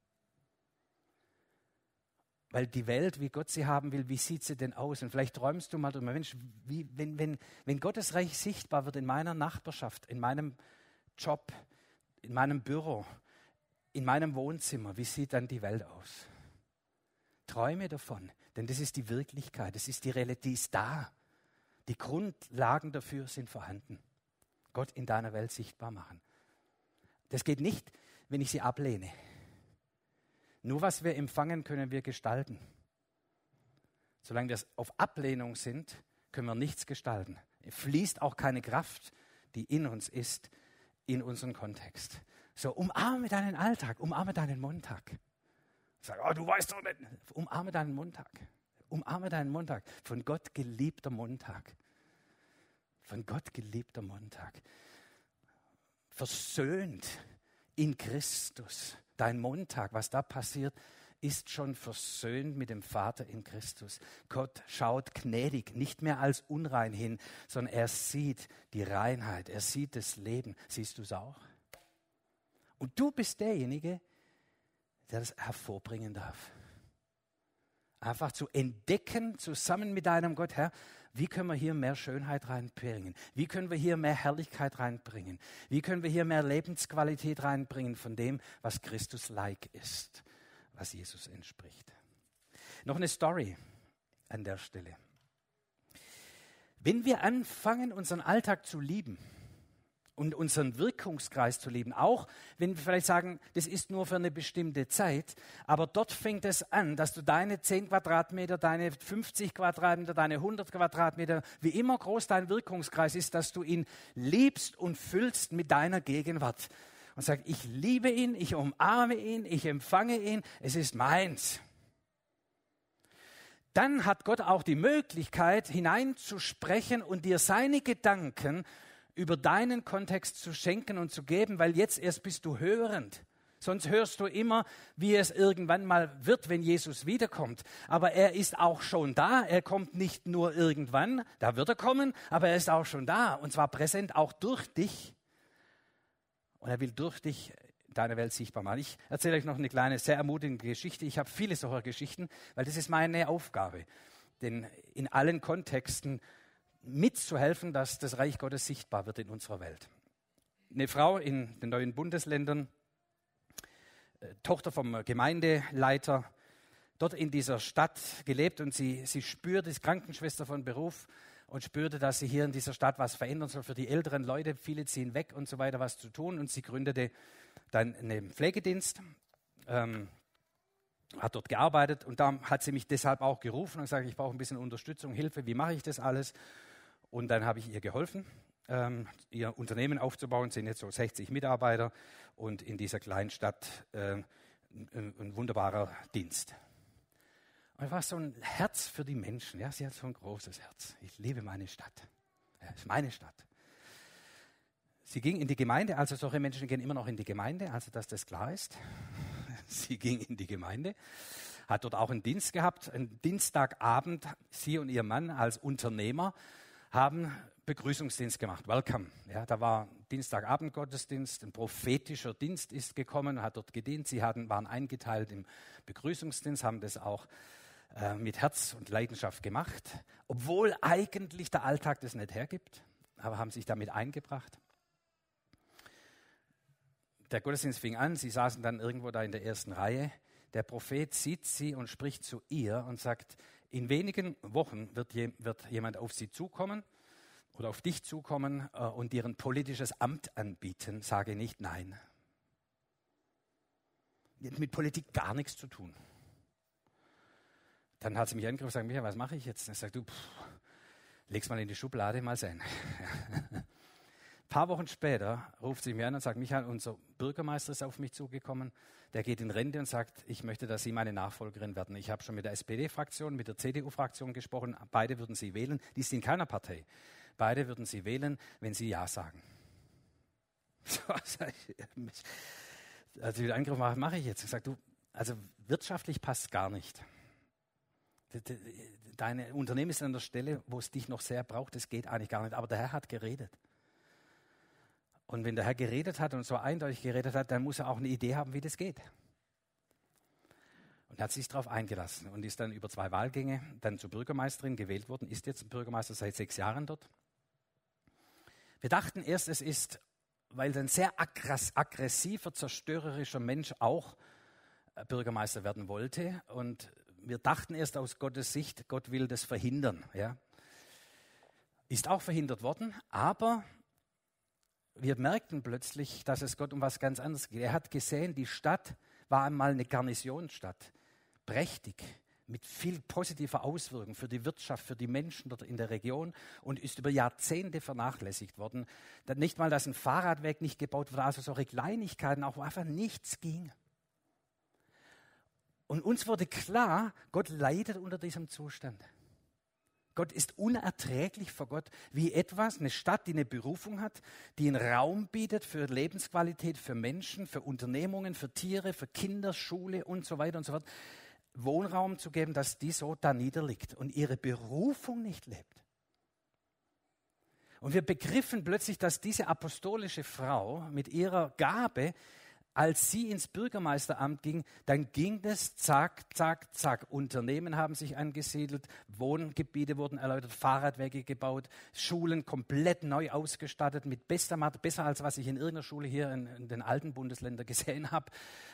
S1: Weil die Welt, wie Gott sie haben will, wie sieht sie denn aus? Und vielleicht träumst du mal drüber, Mensch, wenn Gottes Reich sichtbar wird in meiner Nachbarschaft, in meinem Job, in meinem Büro, in meinem Wohnzimmer, wie sieht dann die Welt aus? Träume davon, denn das ist die Wirklichkeit, das ist die Realität, die ist da. Die Grundlagen dafür sind vorhanden. Gott in deiner Welt sichtbar machen. Das geht nicht, wenn ich sie ablehne. Nur was wir empfangen, können wir gestalten. Solange wir auf Ablehnung sind, können wir nichts gestalten. Es fließt auch keine Kraft, die in uns ist, in unseren Kontext. So, umarme deinen Alltag, umarme deinen Montag. Sag, oh, du weißt doch nicht. Umarme deinen Montag. Umarme deinen Montag. Von Gott geliebter Montag. Von Gott geliebter Montag. Versöhnt in Christus. Dein Montag, was da passiert, ist schon versöhnt mit dem Vater in Christus. Gott schaut gnädig, nicht mehr als unrein hin, sondern er sieht die Reinheit, er sieht das Leben. Siehst du es auch? Und du bist derjenige, der das hervorbringen darf. Einfach zu entdecken, zusammen mit deinem Gott, Herr, wie können wir hier mehr Schönheit reinbringen? Wie können wir hier mehr Herrlichkeit reinbringen? Wie können wir hier mehr Lebensqualität reinbringen von dem, was Christus-like ist? Was Jesus entspricht. Noch eine Story an der Stelle. Wenn wir anfangen, unseren Alltag zu lieben und unseren Wirkungskreis zu lieben, auch wenn wir vielleicht sagen, das ist nur für eine bestimmte Zeit, aber dort fängt es an, dass du deine 10 Quadratmeter, deine 50 Quadratmeter, deine 100 Quadratmeter, wie immer groß dein Wirkungskreis ist, dass du ihn liebst und füllst mit deiner Gegenwart. Und sagt, ich liebe ihn, ich umarme ihn, ich empfange ihn, es ist meins. dann hat Gott auch die Möglichkeit, hineinzusprechen und dir seine Gedanken über deinen Kontext zu schenken und zu geben, weil jetzt erst bist du hörend. Sonst hörst du immer, wie es irgendwann mal wird, wenn Jesus wiederkommt. Aber er ist auch schon da. Er kommt nicht nur irgendwann, da wird er kommen, aber er ist auch schon da. Und zwar präsent auch durch dich. Und er will durch dich deine Welt sichtbar machen. Ich erzähle euch noch eine kleine, sehr ermutigende Geschichte. Ich habe viele solcher Geschichten, weil das ist meine Aufgabe. Denn in allen Kontexten mitzuhelfen, dass das Reich Gottes sichtbar wird in unserer Welt. Eine Frau in den neuen Bundesländern, Tochter vom Gemeindeleiter, dort in dieser Stadt gelebt und sie spürte, ist Krankenschwester von Beruf und spürte, dass sie hier in dieser Stadt was verändern soll für die älteren Leute. Viele ziehen weg und so weiter, was zu tun. Und sie gründete dann einen Pflegedienst, hat dort gearbeitet und da hat sie mich deshalb auch gerufen und gesagt, ich brauche ein bisschen Unterstützung, Hilfe, wie mache ich das alles? Und dann habe ich ihr geholfen, ihr Unternehmen aufzubauen, sind jetzt so 60 Mitarbeiter und in dieser kleinen Stadt ein wunderbarer Dienst. Und es war so ein Herz für die Menschen, ja, sie hat so ein großes Herz. Ich liebe meine Stadt, ja, ist meine Stadt. Sie ging in die Gemeinde, also solche Menschen gehen immer noch in die Gemeinde, also dass das klar ist. Sie ging in die Gemeinde, hat dort auch einen Dienst gehabt, einen Dienstagabend, sie und ihr Mann als Unternehmer haben Begrüßungsdienst gemacht, Welcome. Ja, da war Dienstagabend Gottesdienst, ein prophetischer Dienst ist gekommen, hat dort gedient. Sie waren eingeteilt im Begrüßungsdienst, haben das auch mit Herz und Leidenschaft gemacht, obwohl eigentlich der Alltag das nicht hergibt, aber haben sich damit eingebracht. Der Gottesdienst fing an, sie saßen dann irgendwo da in der ersten Reihe. Der Prophet sieht sie und spricht zu ihr und sagt, in wenigen Wochen wird jemand auf sie zukommen oder auf dich zukommen und dir ein politisches Amt anbieten. Sage nicht nein. Die hat mit Politik gar nichts zu tun. Dann hat sie mich angegriffen und gesagt, Michael, was mache ich jetzt? Dann sagt du, leg's mal in die Schublade, mal sehen. Ein paar Wochen später ruft sie mich an und sagt, Michael, unser Bürgermeister ist auf mich zugekommen, der geht in Rente und sagt, ich möchte, dass Sie meine Nachfolgerin werden. Ich habe schon mit der SPD-Fraktion, mit der CDU-Fraktion gesprochen, beide würden Sie wählen, die sind in keiner Partei. Beide würden Sie wählen, wenn Sie Ja sagen. So, als ich wieder angerufen habe, was mache ich jetzt? Ich sage, du, also wirtschaftlich passt gar nicht. Dein Unternehmen ist an der Stelle, wo es dich noch sehr braucht, das geht eigentlich gar nicht. Aber der Herr hat geredet. Und wenn der Herr geredet hat und so eindeutig geredet hat, dann muss er auch eine Idee haben, wie das geht. Und hat sich darauf eingelassen und ist dann über 2 Wahlgänge dann zur Bürgermeisterin gewählt worden, ist jetzt Bürgermeister seit 6 Jahren dort. Wir dachten erst, es ist, weil ein sehr aggressiver, zerstörerischer Mensch auch Bürgermeister werden wollte. Und wir dachten erst aus Gottes Sicht, Gott will das verhindern. Ja. Ist auch verhindert worden, aber wir merkten plötzlich, dass es Gott um was ganz anderes geht. Er hat gesehen, die Stadt war einmal eine Garnisonsstadt, prächtig, mit viel positiver Auswirkung für die Wirtschaft, für die Menschen dort in der Region und ist über Jahrzehnte vernachlässigt worden. Nicht mal, dass ein Fahrradweg nicht gebaut wurde, also solche Kleinigkeiten, auch wo einfach nichts ging. Und uns wurde klar, Gott leidet unter diesem Zustand. Gott ist unerträglich vor Gott, wie eine Stadt, die eine Berufung hat, die einen Raum bietet für Lebensqualität, für Menschen, für Unternehmungen, für Tiere, für Kinder, Schule und so weiter und so fort, Wohnraum zu geben, dass die so da niederliegt und ihre Berufung nicht lebt. Und wir begriffen plötzlich, dass diese apostolische Frau mit ihrer Gabe, als sie ins Bürgermeisteramt ging, dann ging das zack, zack, zack. Unternehmen haben sich angesiedelt, Wohngebiete wurden erläutert, Fahrradwege gebaut, Schulen komplett neu ausgestattet mit bester Mathe, besser als was ich in irgendeiner Schule hier in den alten Bundesländern gesehen habe.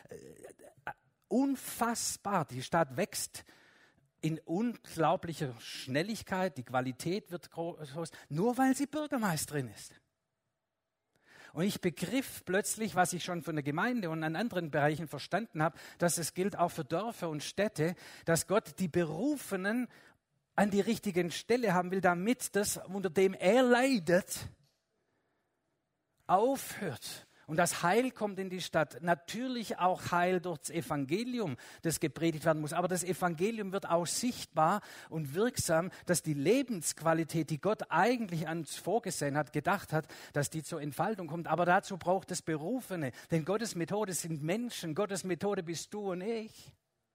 S1: Unfassbar, die Stadt wächst in unglaublicher Schnelligkeit, die Qualität wird groß, nur weil sie Bürgermeisterin ist. Und ich begriff plötzlich, was ich schon von der Gemeinde und an anderen Bereichen verstanden habe, dass es gilt auch für Dörfer und Städte, dass Gott die Berufenen an die richtigen Stelle haben will, damit das, unter dem er leidet, aufhört Und das Heil kommt in die Stadt. Natürlich auch Heil durch das Evangelium, das gepredigt werden muss. Aber das Evangelium wird auch sichtbar und wirksam, dass die Lebensqualität, die Gott eigentlich an uns vorgesehen hat, gedacht hat, dass die zur Entfaltung kommt. Aber dazu braucht es Berufene. Denn Gottes Methode sind Menschen. Gottes Methode bist du und ich.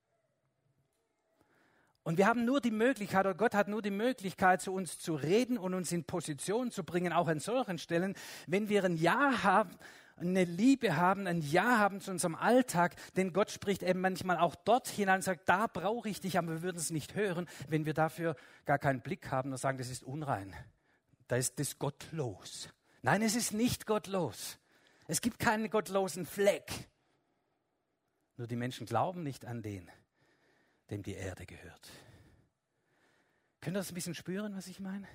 S1: Und wir haben nur die Möglichkeit, oder Gott hat nur die Möglichkeit, zu uns zu reden und uns in Position zu bringen, auch an solchen Stellen, wenn wir ein Ja haben, eine Liebe haben, ein Ja haben zu unserem Alltag, denn Gott spricht eben manchmal auch dort hinein und sagt, da brauche ich dich, aber wir würden es nicht hören, wenn wir dafür gar keinen Blick haben und sagen, das ist unrein, da ist das gottlos. Nein, es ist nicht gottlos. Es gibt keinen gottlosen Fleck. Nur die Menschen glauben nicht an den, dem die Erde gehört. Könnt ihr das ein bisschen spüren, was ich meine?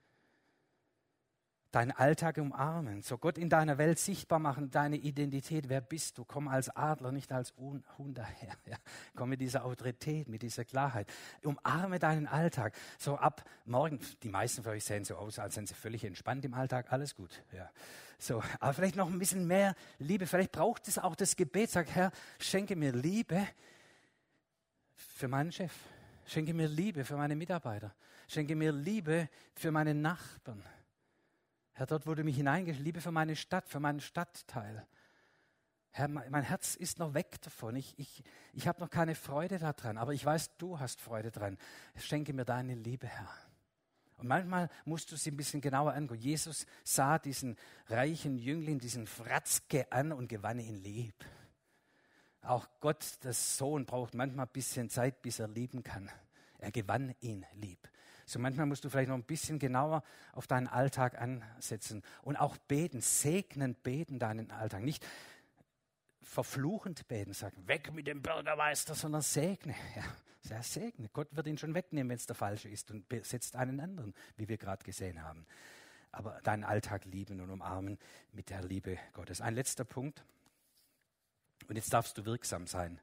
S1: Deinen Alltag umarmen, so Gott in deiner Welt sichtbar machen, deine Identität, wer bist du? Komm als Adler, nicht als Huhn daher. Ja. Komm mit dieser Autorität, mit dieser Klarheit. Umarme deinen Alltag. So ab morgen, die meisten von euch sehen so aus, als sind sie völlig entspannt im Alltag, alles gut. Ja. So, aber vielleicht noch ein bisschen mehr Liebe, vielleicht braucht es auch das Gebet, sag Herr, schenke mir Liebe für meinen Chef, schenke mir Liebe für meine Mitarbeiter, schenke mir Liebe für meine Nachbarn. Herr, dort, wo du mich hineingeschickt hast, Liebe für meine Stadt, für meinen Stadtteil. Herr, mein Herz ist noch weg davon. Ich habe noch keine Freude daran, aber ich weiß, du hast Freude dran. Schenke mir deine Liebe, Herr. Und manchmal musst du sie ein bisschen genauer angucken. Jesus sah diesen reichen Jüngling, diesen Fratzke an und gewann ihn lieb. Auch Gott, der Sohn, braucht manchmal ein bisschen Zeit, bis er lieben kann. Er gewann ihn lieb. So manchmal musst du vielleicht noch ein bisschen genauer auf deinen Alltag ansetzen und auch beten, segnend beten deinen Alltag. Nicht verfluchend beten, sagen, weg mit dem Bürgermeister, sondern segne. Ja, segne. Gott wird ihn schon wegnehmen, wenn es der Falsche ist und besetzt einen anderen, wie wir gerade gesehen haben. Aber deinen Alltag lieben und umarmen mit der Liebe Gottes. Ein letzter Punkt. Und jetzt darfst du wirksam sein.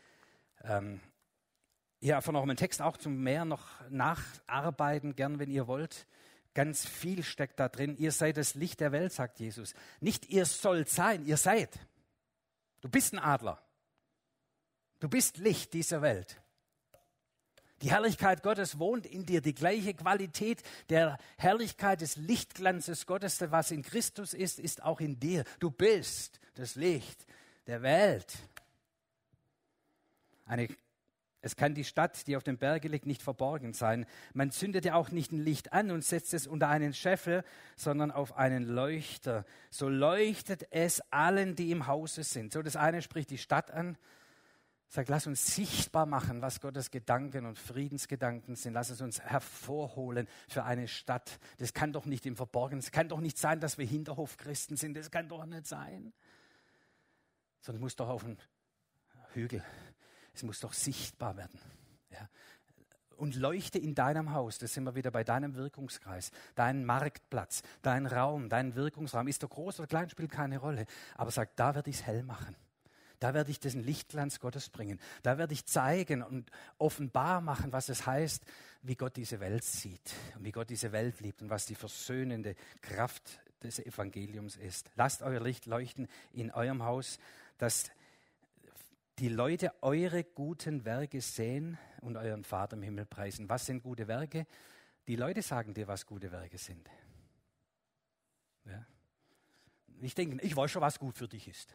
S1: Ja, von eurem Text auch zum mehr noch nacharbeiten, gern, wenn ihr wollt. Ganz viel steckt da drin. Ihr seid das Licht der Welt, sagt Jesus. Nicht ihr sollt sein, ihr seid. Du bist ein Adler. Du bist Licht dieser Welt. Die Herrlichkeit Gottes wohnt in dir. Die gleiche Qualität der Herrlichkeit des Lichtglanzes Gottes, was in Christus ist, ist auch in dir. Du bist das Licht der Welt. Es kann die Stadt, die auf dem Berge liegt, nicht verborgen sein. Man zündet ja auch nicht ein Licht an und setzt es unter einen Scheffel, sondern auf einen Leuchter. So leuchtet es allen, die im Hause sind. So, das eine spricht die Stadt an, sagt, lass uns sichtbar machen, was Gottes Gedanken und Friedensgedanken sind. Lass es uns hervorholen für eine Stadt. Das kann doch nicht im Verborgenen. Es kann doch nicht sein, dass wir Hinterhofchristen sind. Das kann doch nicht sein. Sondern es muss doch auf einen Hügel. Es muss doch sichtbar werden. Ja. Und leuchte in deinem Haus, das sind wir wieder bei deinem Wirkungskreis, dein Marktplatz, dein Raum, dein Wirkungsraum. Ist der groß oder klein, spielt keine Rolle. Aber sag, da werde ich es hell machen. Da werde ich diesen Lichtglanz Gottes bringen. Da werde ich zeigen und offenbar machen, was es heißt, wie Gott diese Welt sieht und wie Gott diese Welt liebt und was die versöhnende Kraft des Evangeliums ist. Lasst euer Licht leuchten in eurem Haus, dass die Leute eure guten Werke sehen und euren Vater im Himmel preisen. Was sind gute Werke? Die Leute sagen dir, was gute Werke sind. Ja. Ich denke, ich weiß schon, was gut für dich ist.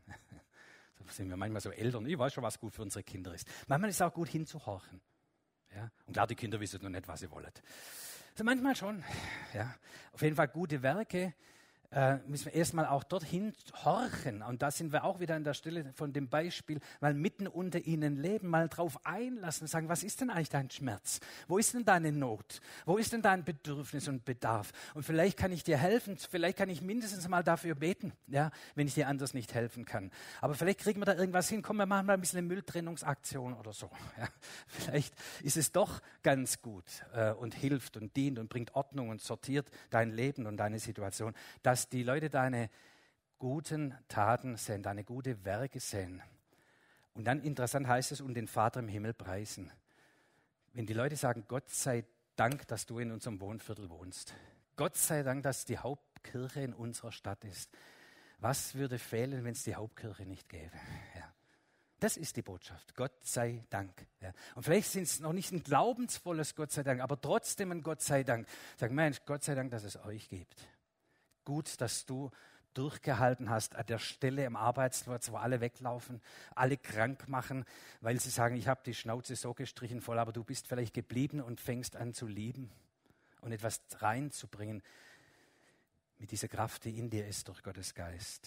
S1: So sind wir manchmal so Eltern, ich weiß schon, was gut für unsere Kinder ist. Manchmal ist es auch gut hinzuhorchen. Ja. Und klar, die Kinder wissen noch nicht, was sie wollen. Also manchmal schon. Ja. Auf jeden Fall gute Werke. Müssen wir erstmal auch dorthin horchen. Und da sind wir auch wieder an der Stelle von dem Beispiel, mal mitten unter ihnen leben, mal drauf einlassen, sagen, was ist denn eigentlich dein Schmerz? Wo ist denn deine Not? Wo ist denn dein Bedürfnis und Bedarf? Und vielleicht kann ich dir helfen, vielleicht kann ich mindestens mal dafür beten, ja, wenn ich dir anders nicht helfen kann. Aber vielleicht kriegen wir da irgendwas hin, komm, wir machen mal ein bisschen eine Mülltrennungsaktion oder so. Ja. Vielleicht ist es doch ganz gut und hilft und dient und bringt Ordnung und sortiert dein Leben und deine Situation, dass die Leute deine guten Taten sehen, deine gute Werke sehen. Und dann interessant heißt es, und den Vater im Himmel preisen. Wenn die Leute sagen, Gott sei Dank, dass du in unserem Wohnviertel wohnst. Gott sei Dank, dass die Hauptkirche in unserer Stadt ist. Was würde fehlen, wenn es die Hauptkirche nicht gäbe? Ja. Das ist die Botschaft. Gott sei Dank. Ja. Und vielleicht sind es noch nicht ein glaubensvolles Gott sei Dank, aber trotzdem ein Gott sei Dank. Sag, Mensch, Gott sei Dank, dass es euch gibt. Gut, dass du durchgehalten hast an der Stelle im Arbeitsplatz, wo alle weglaufen, alle krank machen, weil sie sagen, ich habe die Schnauze so gestrichen voll, aber du bist vielleicht geblieben und fängst an zu lieben und etwas reinzubringen mit dieser Kraft, die in dir ist durch Gottes Geist.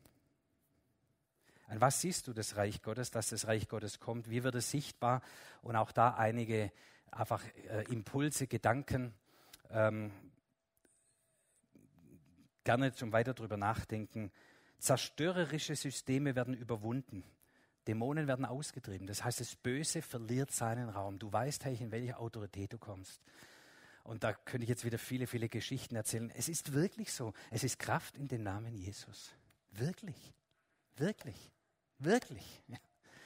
S1: An was siehst du das Reich Gottes, dass das Reich Gottes kommt? Wie wird es sichtbar? Und auch da einige einfach Impulse, Gedanken, gerne zum weiter drüber nachdenken. Zerstörerische Systeme werden überwunden. Dämonen werden ausgetrieben. Das heißt, das Böse verliert seinen Raum. Du weißt, hey, in welche Autorität du kommst. Und da könnte ich jetzt wieder viele, viele Geschichten erzählen. Es ist wirklich so. Es ist Kraft in dem Namen Jesus. Wirklich. Wirklich. Wirklich. Ja.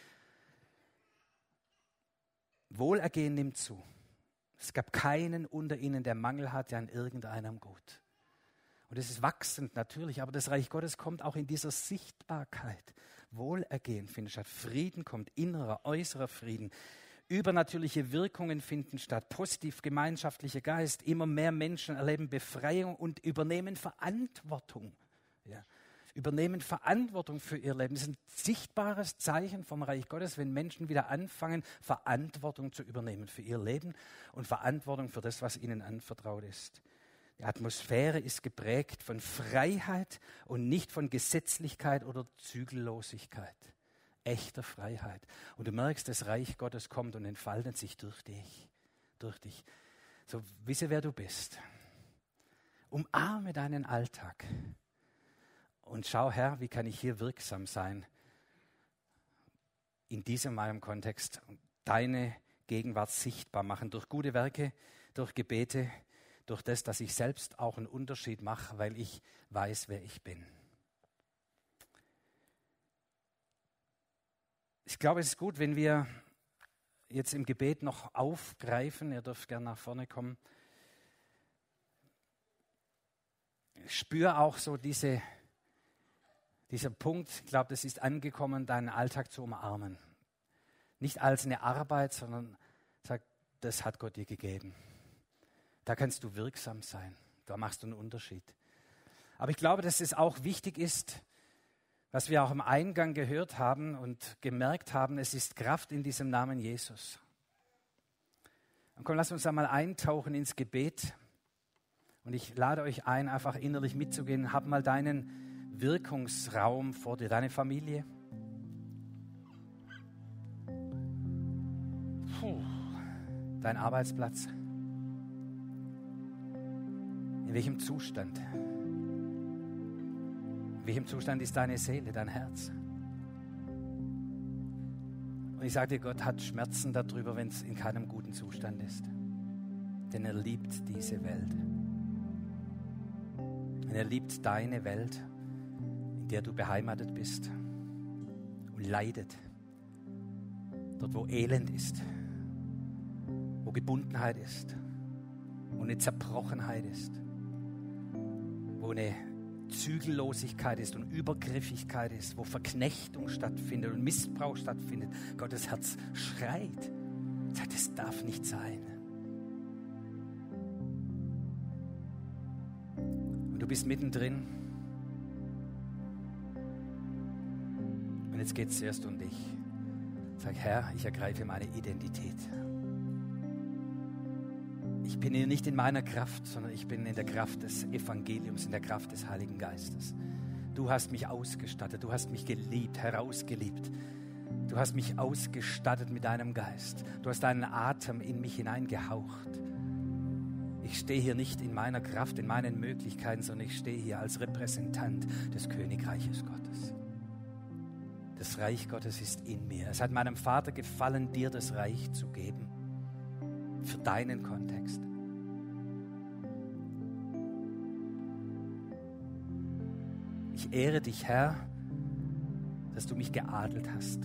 S1: Wohlergehen nimmt zu. Es gab keinen unter ihnen, der Mangel hatte an irgendeinem Gut. Und es ist wachsend natürlich, aber das Reich Gottes kommt auch in dieser Sichtbarkeit. Wohlergehen findet statt, Frieden kommt, innerer, äußerer Frieden. Übernatürliche Wirkungen finden statt, positiv gemeinschaftlicher Geist. Immer mehr Menschen erleben Befreiung und übernehmen Verantwortung. Ja. Übernehmen Verantwortung für ihr Leben. Das ist ein sichtbares Zeichen vom Reich Gottes, wenn Menschen wieder anfangen, Verantwortung zu übernehmen für ihr Leben und Verantwortung für das, was ihnen anvertraut ist. Die Atmosphäre ist geprägt von Freiheit und nicht von Gesetzlichkeit oder Zügellosigkeit. Echter Freiheit. Und du merkst, das Reich Gottes kommt und entfaltet sich durch dich. Durch dich. So, wisse, wer du bist. Umarme deinen Alltag. Und schau, Herr, wie kann ich hier wirksam sein? In diesem meinem Kontext deine Gegenwart sichtbar machen. Durch gute Werke, durch Gebete, durch das, dass ich selbst auch einen Unterschied mache, weil ich weiß, wer ich bin. Ich glaube, es ist gut, wenn wir jetzt im Gebet noch aufgreifen. Ihr dürft gerne nach vorne kommen. Spür auch so dieser Punkt, ich glaube, das ist angekommen, deinen Alltag zu umarmen. Nicht als eine Arbeit, sondern sag, das hat Gott dir gegeben. Da kannst du wirksam sein. Da machst du einen Unterschied. Aber ich glaube, dass es auch wichtig ist, was wir auch im Eingang gehört haben und gemerkt haben, es ist Kraft in diesem Namen Jesus. Und komm, lass uns einmal eintauchen ins Gebet. Und ich lade euch ein, einfach innerlich mitzugehen. Hab mal deinen Wirkungsraum vor dir, deine Familie. Dein Arbeitsplatz. In welchem Zustand? In welchem Zustand ist deine Seele, dein Herz? Und ich sage dir, Gott hat Schmerzen darüber, wenn es in keinem guten Zustand ist. Denn er liebt diese Welt. Und er liebt deine Welt, in der du beheimatet bist und leidet. Dort, wo Elend ist, wo Gebundenheit ist, wo eine Zerbrochenheit ist, wo eine Zügellosigkeit ist und Übergriffigkeit ist, wo Verknechtung stattfindet und Missbrauch stattfindet. Gottes Herz schreit, sagt, das darf nicht sein. Und du bist mittendrin. Und jetzt geht es erst um dich. Sag, Herr, ich ergreife meine Identität. Ich bin hier nicht in meiner Kraft, sondern ich bin in der Kraft des Evangeliums, in der Kraft des Heiligen Geistes. Du hast mich ausgestattet, du hast mich geliebt, herausgeliebt. Du hast mich ausgestattet mit deinem Geist. Du hast deinen Atem in mich hineingehaucht. Ich stehe hier nicht in meiner Kraft, in meinen Möglichkeiten, sondern ich stehe hier als Repräsentant des Königreiches Gottes. Das Reich Gottes ist in mir. Es hat meinem Vater gefallen, dir das Reich zu geben. Für deinen Kontext. Ich ehre dich, Herr, dass du mich geadelt hast.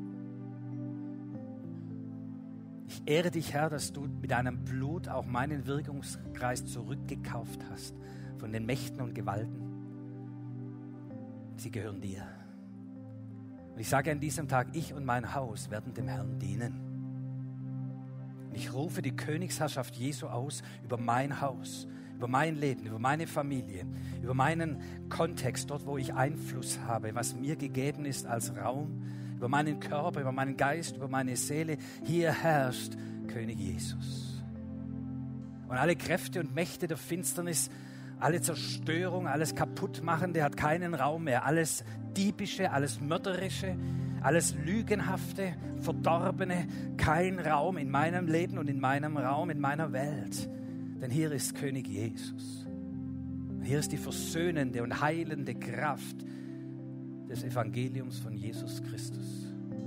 S1: Ich ehre dich, Herr, dass du mit deinem Blut auch meinen Wirkungskreis zurückgekauft hast von den Mächten und Gewalten. Sie gehören dir. Und ich sage an diesem Tag, ich und mein Haus werden dem Herrn dienen. Und ich rufe die Königsherrschaft Jesu aus über mein Haus, über mein Leben, über meine Familie, über meinen Kontext, dort wo ich Einfluss habe, was mir gegeben ist als Raum, über meinen Körper, über meinen Geist, über meine Seele. Hier herrscht König Jesus. Und alle Kräfte und Mächte der Finsternis, alle Zerstörung, alles Kaputtmachende hat keinen Raum mehr. Alles Diebische, alles Mörderische, alles Lügenhafte, Verdorbene, kein Raum in meinem Leben und in meinem Raum, in meiner Welt. Denn hier ist König Jesus. Hier ist die versöhnende und heilende Kraft des Evangeliums von Jesus Christus.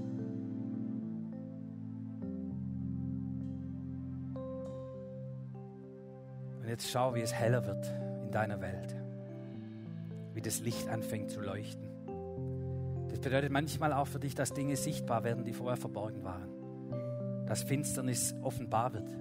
S1: Und jetzt schau, wie es heller wird in deiner Welt. Wie das Licht anfängt zu leuchten. Das bedeutet manchmal auch für dich, dass Dinge sichtbar werden, die vorher verborgen waren. Dass Finsternis offenbar wird.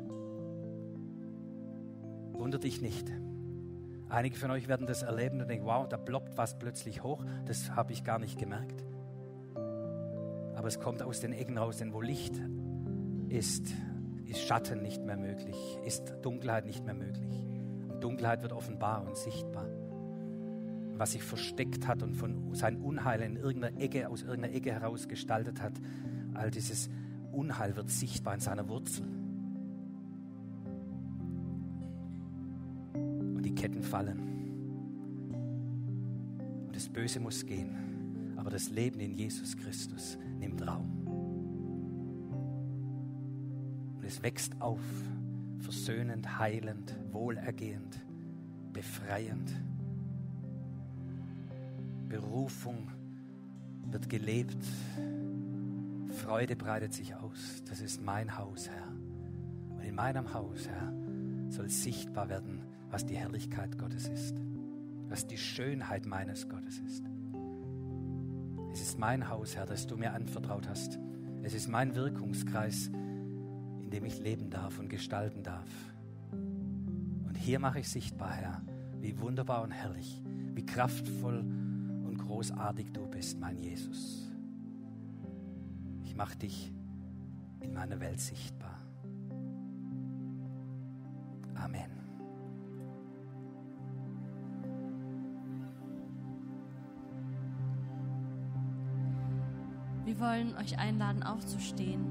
S1: Wundert dich nicht. Einige von euch werden das erleben und denken, wow, da ploppt was plötzlich hoch. Das habe ich gar nicht gemerkt. Aber es kommt aus den Ecken raus, denn wo Licht ist Schatten nicht mehr möglich, ist Dunkelheit nicht mehr möglich. Und Dunkelheit wird offenbar und sichtbar. Was sich versteckt hat und von sein Unheil in irgendeiner Ecke, aus irgendeiner Ecke heraus gestaltet hat, all dieses Unheil wird sichtbar in seiner Wurzel. Und die Ketten fallen. Und das Böse muss gehen. Aber das Leben in Jesus Christus nimmt Raum. Und es wächst auf, versöhnend, heilend, wohlergehend, befreiend. Berufung wird gelebt. Freude breitet sich aus. Das ist mein Haus, Herr. Und in meinem Haus, Herr, soll sichtbar werden, was die Herrlichkeit Gottes ist. Was die Schönheit meines Gottes ist. Es ist mein Haus, Herr, das du mir anvertraut hast. Es ist mein Wirkungskreis, in dem ich leben darf und gestalten darf. Und hier mache ich sichtbar, Herr, wie wunderbar und herrlich, wie kraftvoll und großartig du bist, mein Jesus. Ich mache dich in meiner Welt sichtbar. Amen.
S2: Wir wollen euch einladen, aufzustehen.